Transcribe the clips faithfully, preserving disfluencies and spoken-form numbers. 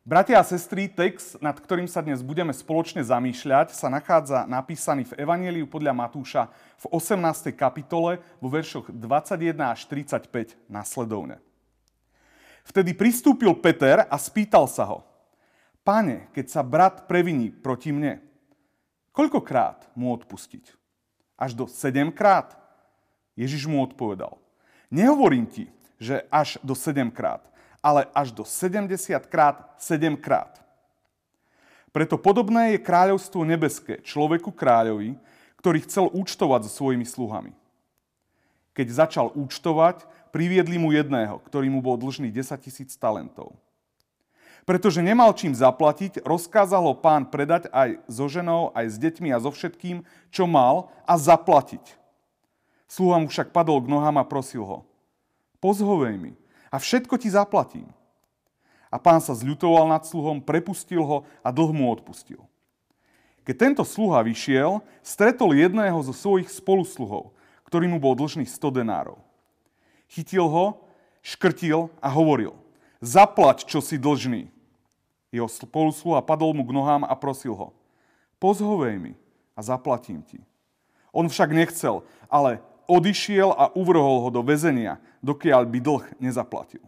Bratia a sestry, text, nad ktorým sa dnes budeme spoločne zamýšľať, sa nachádza napísaný v Evanjeliu podľa Matúša v osemnástej kapitole vo veršoch dvadsaťjeden až tridsaťpäť nasledovne. Vtedy pristúpil Peter a spýtal sa ho: Pane, keď sa brat previní proti mne, koľkokrát mu odpustiť? Až do sedemkrát? Ježiš mu odpovedal: Nehovorím ti, že až do sedemkrát, ale až do sedemdesiatkrát sedemkrát. Preto podobné je kráľovstvo nebeské človeku kráľovi, ktorý chcel účtovať so svojimi sluhami. Keď začal účtovať, priviedli mu jedného, ktorý mu bol dlžný desaťtisíc talentov. Pretože nemal čím zaplatiť, rozkázal ho pán predať aj so ženou, aj s deťmi a so všetkým, čo mal, a zaplatiť. Sluha mu však padol k nohám a prosil ho: Pozhovej mi, a všetko ti zaplatím. A pán sa zľutoval nad sluhom, prepustil ho a dlh mu odpustil. Keď tento sluha vyšiel, stretol jedného zo svojich spolusluhov, ktorý mu bol dlžný sto denárov. Chytil ho, škrtil a hovoril: Zaplať, čo si dlžný. Jeho spolusluha padol mu k nohám a prosil ho: Pozhovej mi a zaplatím ti. On však nechcel, ale odišiel a uvrhol ho do väzenia, dokiaľ by dlh nezaplatil.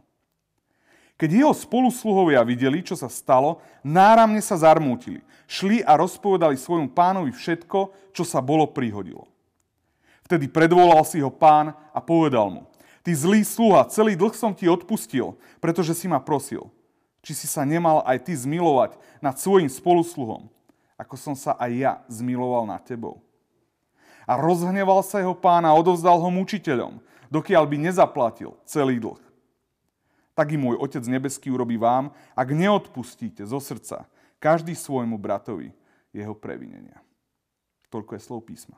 Keď jeho spolusluhovia videli, čo sa stalo, náramne sa zarmútili. Šli a rozpovedali svojmu pánovi všetko, čo sa bolo prihodilo. Vtedy predvolal si ho pán a povedal mu: Ty zlý sluha, celý dlh som ti odpustil, pretože si ma prosil. Či si sa nemal aj ty zmilovať nad svojim spolusluhom, ako som sa aj ja zmiloval nad tebou? A rozhneval sa jeho pán a odovzdal ho mučiteľom, dokiaľ by nezaplatil celý dlh. Tak i môj Otec nebeský urobí vám, ak neodpustíte zo srdca každý svojmu bratovi jeho previnenia. Toľko je slov písma.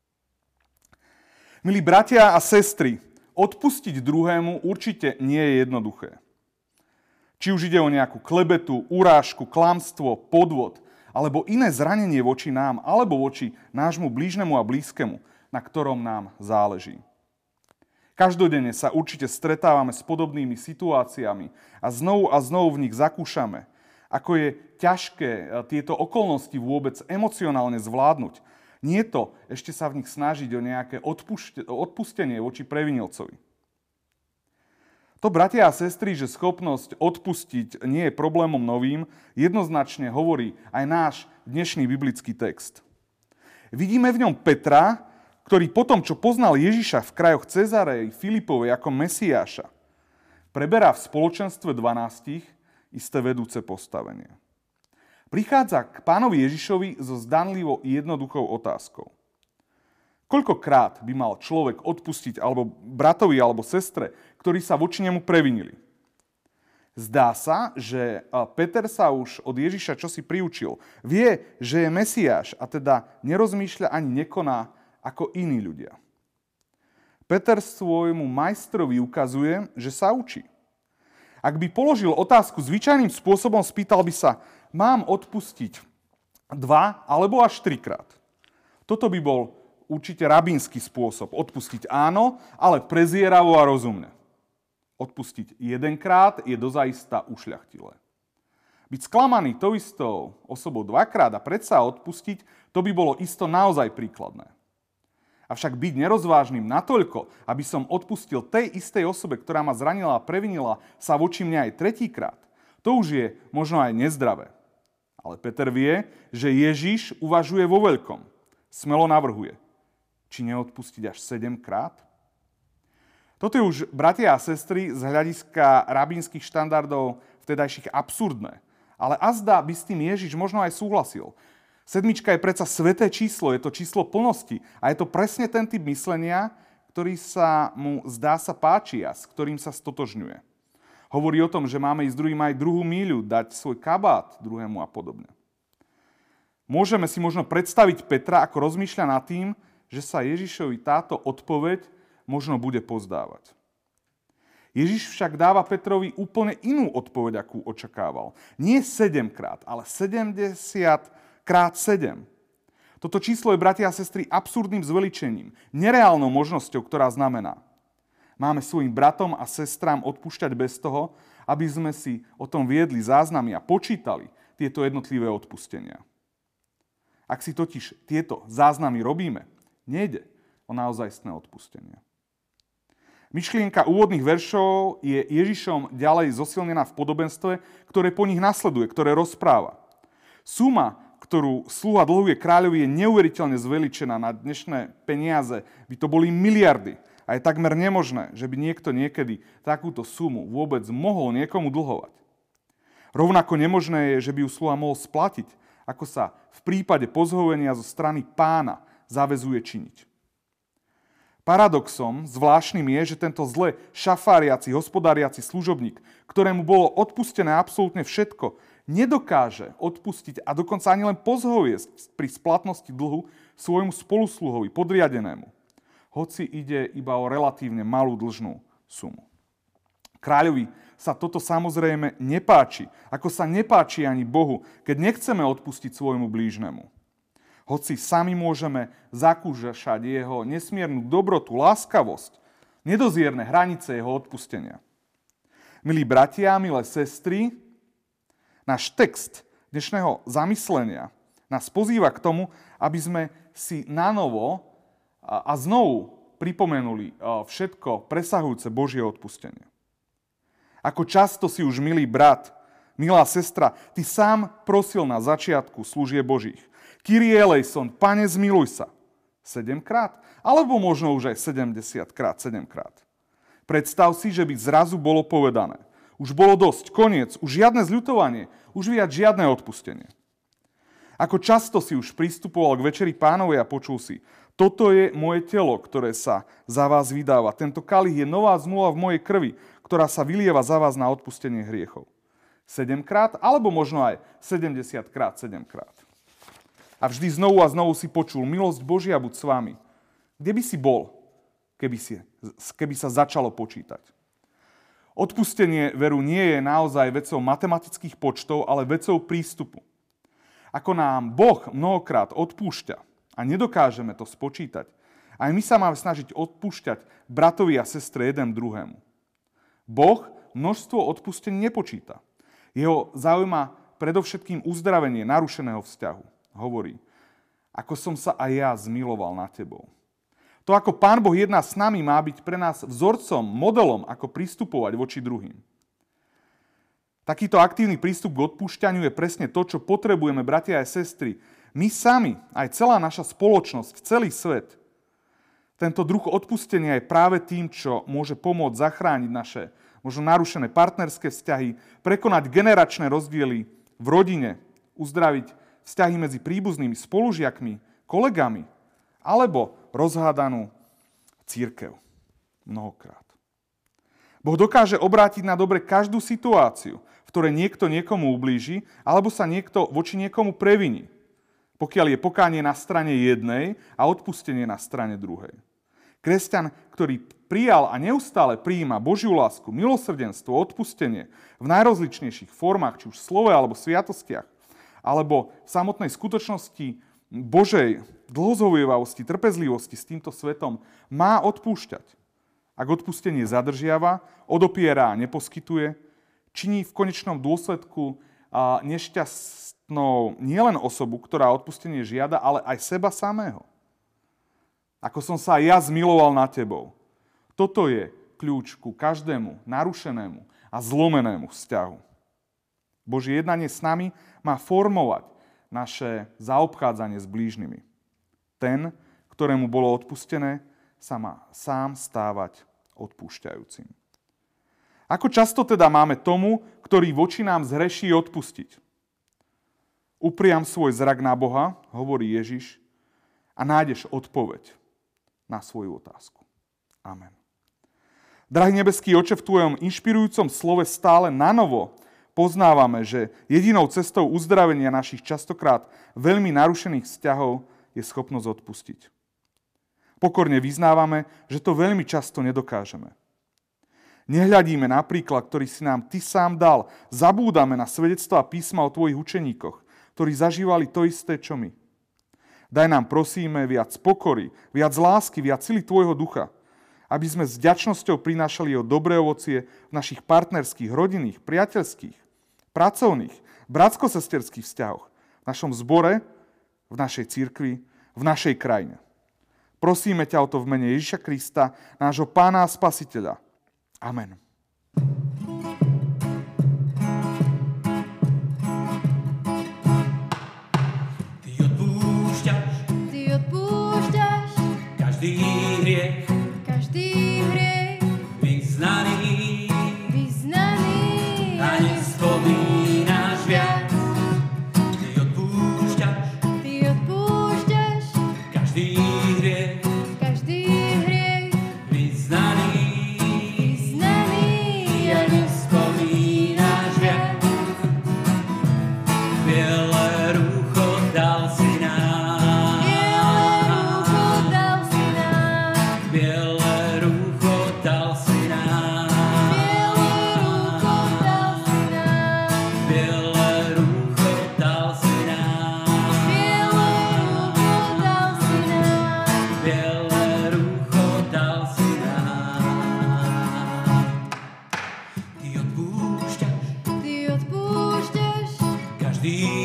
Milí bratia a sestry, odpustiť druhému určite nie je jednoduché. Či už ide o nejakú klebetu, urážku, klamstvo, podvod, alebo iné zranenie voči nám, alebo voči nášmu blížnemu a blízkemu, na ktorom nám záleží. Každodenne sa určite stretávame s podobnými situáciami a znovu a znovu v nich zakúšame, ako je ťažké tieto okolnosti vôbec emocionálne zvládnuť. Nie to ešte sa v nich snažiť o nejaké odpustenie voči previnilcovi. To, bratia a sestry, že schopnosť odpustiť nie je problémom novým, jednoznačne hovorí aj náš dnešný biblický text. Vidíme v ňom Petra, ktorý potom, čo poznal Ježiša v krajoch Cezarej Filipovej ako Mesiáša, preberá v spoločenstve dvanástich isté vedúce postavenie. Prichádza k pánovi Ježišovi so zdanlivo jednoduchou otázkou. Koľkokrát by mal človek odpustiť alebo bratovi alebo sestre, ktorí sa voči nemu previnili? Zdá sa, že Peter sa už od Ježiša čosi priučil. Vie, že je Mesiáš a teda nerozmýšľa ani nekoná ako iní ľudia. Peter svojmu majstrovi ukazuje, že sa učí. Ak by položil otázku zvyčajným spôsobom, spýtal by sa: mám odpustiť dva alebo až trikrát? Toto by bol určite rabínsky spôsob. Odpustiť áno, ale prezieravo a rozumne. Odpustiť jedenkrát je dozaista ušľachtilé. Byť sklamaný tou istou osobou dvakrát a predsa odpustiť, to by bolo isto naozaj príkladné. Avšak byť nerozvážnym natoľko, aby som odpustil tej istej osobe, ktorá ma zranila a previnila sa voči mne aj tretíkrát, to už je možno aj nezdravé. Ale Peter vie, že Ježiš uvažuje vo veľkom. Smelo navrhuje: či neodpustiť až sedemkrát? Toto je už, bratia a sestry, z hľadiska rabínskych štandardov vtedajších absurdné. Ale azda by s tým Ježiš možno aj súhlasil. Sedmička je predsa sveté číslo, je to číslo plnosti a je to presne ten typ myslenia, ktorý sa mu zdá sa páči a s ktorým sa stotožňuje. Hovorí o tom, že máme ísť druhým aj druhú míľu, dať svoj kabát druhému a podobne. Môžeme si možno predstaviť Petra, ako rozmýšľa nad tým, že sa Ježišovi táto odpoveď možno bude pozdávať. Ježiš však dáva Petrovi úplne inú odpoveď, akú očakával. Nie sedemkrát, ale sedemdesiat krát sedem. Toto číslo je, bratia a sestry, absurdným zveličením, nereálnou možnosťou, ktorá znamená: máme svojim bratom a sestrám odpúšťať bez toho, aby sme si o tom viedli záznamy a počítali tieto jednotlivé odpustenia. Ak si totiž tieto záznamy robíme, nejde o naozajstné odpustenie. Myšlienka úvodných veršov je Ježišom ďalej zosilnená v podobenstve, ktoré po nich nasleduje, ktoré rozpráva. Suma, ktorú sluha dlhuje kráľovi, je neuveriteľne zveličená. Na dnešné peniaze by to boli miliardy. A je takmer nemožné, že by niekto niekedy takúto sumu vôbec mohol niekomu dlhovať. Rovnako nemožné je, že by ju sluha mohol splatiť, ako sa v prípade pozhovenia zo strany pána zaväzuje činiť. Paradoxom zvláštnym je, že tento zle šafáriaci, hospodáriaci služobník, ktorému bolo odpustené absolútne všetko, nedokáže odpustiť a dokonca ani len pozhoviesť pri splatnosti dlhu svojmu spolusluhovi, podriadenému. Hoci ide iba o relatívne malú dlžnú sumu. Kráľovi sa toto samozrejme nepáči, ako sa nepáči ani Bohu, keď nechceme odpustiť svojmu blížnemu. Hoci sami môžeme zakúšať jeho nesmiernu dobrotu, láskavosť, nedozierne hranice jeho odpustenia. Milí bratia, milé sestry, náš text dnešného zamyslenia nás pozýva k tomu, aby sme si nanovo a znovu pripomenuli všetko presahujúce Božie odpustenie. Ako často si už, milý brat, milá sestra, ty sám prosil na začiatku služieb Božích. Kyrie eleison, Pane, zmiluj sa. Sedemkrát? Alebo možno už aj sedemdesiatkrát, sedemkrát. Predstav si, že by zrazu bolo povedané. Už bolo dosť, koniec, už žiadne zľutovanie, už viac žiadne odpustenie. Ako často si už pristupoval k večeri Pánovej a počul si, toto je moje telo, ktoré sa za vás vydáva. Tento kalich je nová zmluva v mojej krvi, ktorá sa vylieva za vás na odpustenie hriechov. Sedemkrát, alebo možno aj sedemdesiatkrát, sedemkrát. A vždy znovu a znovu si počul, milosť Božia buď s vami. Kde by si bol, keby, si, keby sa začalo počítať? Odpustenie, veru, nie je naozaj vecou matematických počtov, ale vecou prístupu. Ako nám Boh mnohokrát odpúšťa a nedokážeme to spočítať, aj my sa máme snažiť odpúšťať bratovi a sestre jeden druhému. Boh množstvo odpustení nepočíta. Jeho zaujíma predovšetkým uzdravenie narušeného vzťahu. Hovorí, ako som sa aj ja zmiloval nad tebou. To, ako Pán Boh jedná s nami, má byť pre nás vzorcom, modelom, ako pristupovať voči druhým. Takýto aktívny prístup k odpúšťaniu je presne to, čo potrebujeme, bratia a sestry. My sami, aj celá naša spoločnosť, celý svet. Tento druh odpustenia je práve tým, čo môže pomôcť zachrániť naše možno narušené partnerské vzťahy, prekonať generačné rozdiely v rodine, uzdraviť vzťahy medzi príbuznými spolužiakmi, kolegami, alebo rozhádanú cirkev. Mnohokrát. Boh dokáže obrátiť na dobre každú situáciu, v ktorej niekto niekomu ublíži, alebo sa niekto voči niekomu previní, pokiaľ je pokánie na strane jednej a odpustenie na strane druhej. Kresťan, ktorý prijal a neustále prijíma Božiu lásku, milosrdenstvo, odpustenie v najrozličnejších formách, či už v slove alebo v sviatostiach, alebo v samotnej skutočnosti Božej dlhozhovievavosti, trpezlivosti s týmto svetom, má odpúšťať. Ak odpustenie zadržiava, odopiera a neposkytuje, činí v konečnom dôsledku nešťastnou nielen osobu, ktorá odpustenie žiada, ale aj seba samého. Ako som sa aj ja zmiloval nad tebou. Toto je kľúč ku každému narušenému a zlomenému vzťahu. Božie jednanie s nami má formovať naše zaobchádzanie s blížnymi. Ten, ktorému bolo odpustené, sa má sám stávať odpúšťajúcim. Ako často teda máme tomu, ktorý voči nám zhreší, odpustiť? Upriam svoj zrak na Boha, hovorí Ježiš, a nájdeš odpoveď na svoju otázku. Amen. Drahý nebeský Oče, v tvojom inšpirujúcom slove stále nanovo poznávame, že jedinou cestou uzdravenia našich častokrát veľmi narušených vzťahov je schopnosť odpustiť. Pokorne vyznávame, že to veľmi často nedokážeme. Nehľadíme na príklad, ktorý si nám ty sám dal. Zabúdame na svedectvá písma o tvojich učeníkoch, ktorí zažívali to isté, čo my. Daj nám, prosíme, viac pokory, viac lásky, viac sily tvojho ducha, aby sme s vďačnosťou prinášali jeho dobré ovocie v našich partnerských, rodinných, priateľských, pracovných, bratsko-sesterských vzťahoch, v našom zbore, v našej cirkvi, v našej krajine. Prosíme ťa o to v mene Ježiša Krista, nášho Pána a Spasiteľa. Amen. Ty odpúšťaš, Ty odpúšťaš každý hriech, každý hriech, vyznaný, vyznaný a nespomínaš viac. Ty odpúšťaš Ty odpúšťaš každý hriech, každý hriech, vyznaný, vyznaný a nespomínaš viac. Biele rúcho dal si nám, Biele rúcho dal si nám, biele rúcho dal si nám, Biele rúcho dal si nám, biele rúcho dal si nám. Ty odpúšťaš Ty odpúšťaš každý